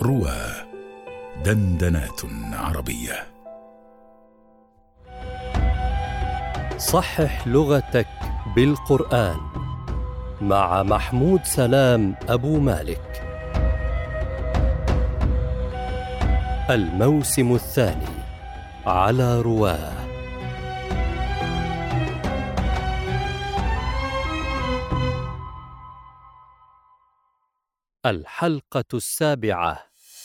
روى دندنات عربية. صحح لغتك بالقرآن مع محمود سلام أبو مالك. الموسم الثاني على رواه. الحلقة 7.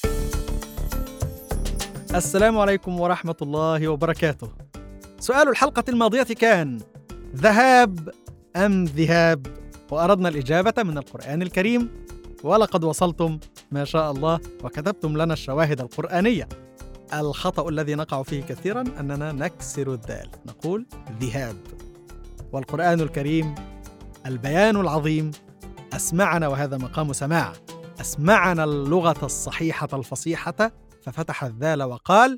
السلام عليكم ورحمة الله وبركاته. سؤال الحلقة الماضية كان: ذهاب أم ذهاب؟ وأردنا الإجابة من القرآن الكريم، ولقد وصلتم ما شاء الله وكتبتم لنا الشواهد القرآنية. الخطأ الذي نقع فيه كثيرا أننا نكسر الدال، نقول ذهاب، والقرآن الكريم البيان العظيم أسمعنا، وهذا مقام سماع، أسمعنا اللغة الصحيحة الفصيحة ففتح الذال وقال: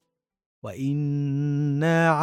وإنا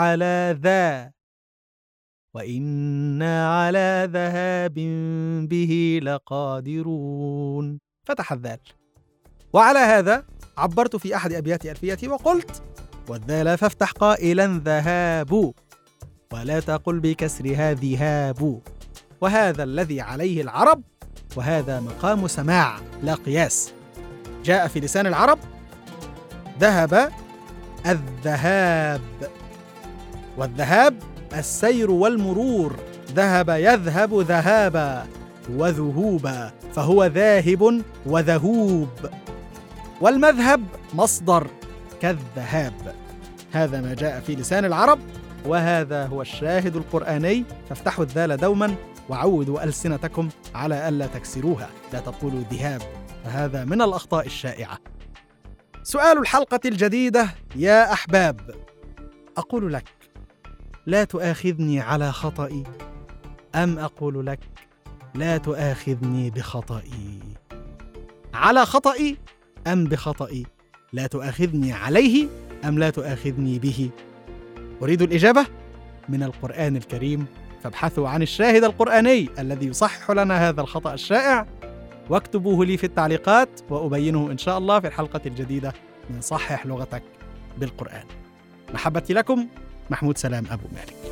على ذهاب به لقادرون. فتح الذال. وعلى هذا عبرت في أحد أبيات ألفيتي وقلت: والذال فافتح قائلا ذهاب، ولا تقل بكسرها ذهاب. وهذا الذي عليه العرب، وهذا مقام سماع لا قياس. جاء في لسان العرب: ذهب الذهاب، والذهاب السير والمرور، ذهب يذهب ذهابا وذهوبا، فهو ذاهب وذهوب. والمذهب مصدر كالذهاب. هذا ما جاء في لسان العرب، وهذا هو الشاهد القرآني. فافتحوا الذال دوما وعودوا ألسنتكم على ألا تكسروها، لا تقولوا ذهاب، فهذا من الأخطاء الشائعة. سؤال الحلقة الجديدة: يا أحباب، أقول لك لا تؤاخذني على خطئي، أم أقول لك لا تؤاخذني بخطئي؟ على خطئي أم بخطئي؟ لا تؤاخذني عليه أم لا تؤاخذني به؟ أريد الإجابة من القرآن الكريم، فابحثوا عن الشاهد القرآني الذي يصحح لنا هذا الخطأ الشائع، واكتبوه لي في التعليقات، وأبينه إن شاء الله في الحلقة الجديدة من صحح لغتك بالقرآن. محبتي لكم، محمود سلام أبو مالك.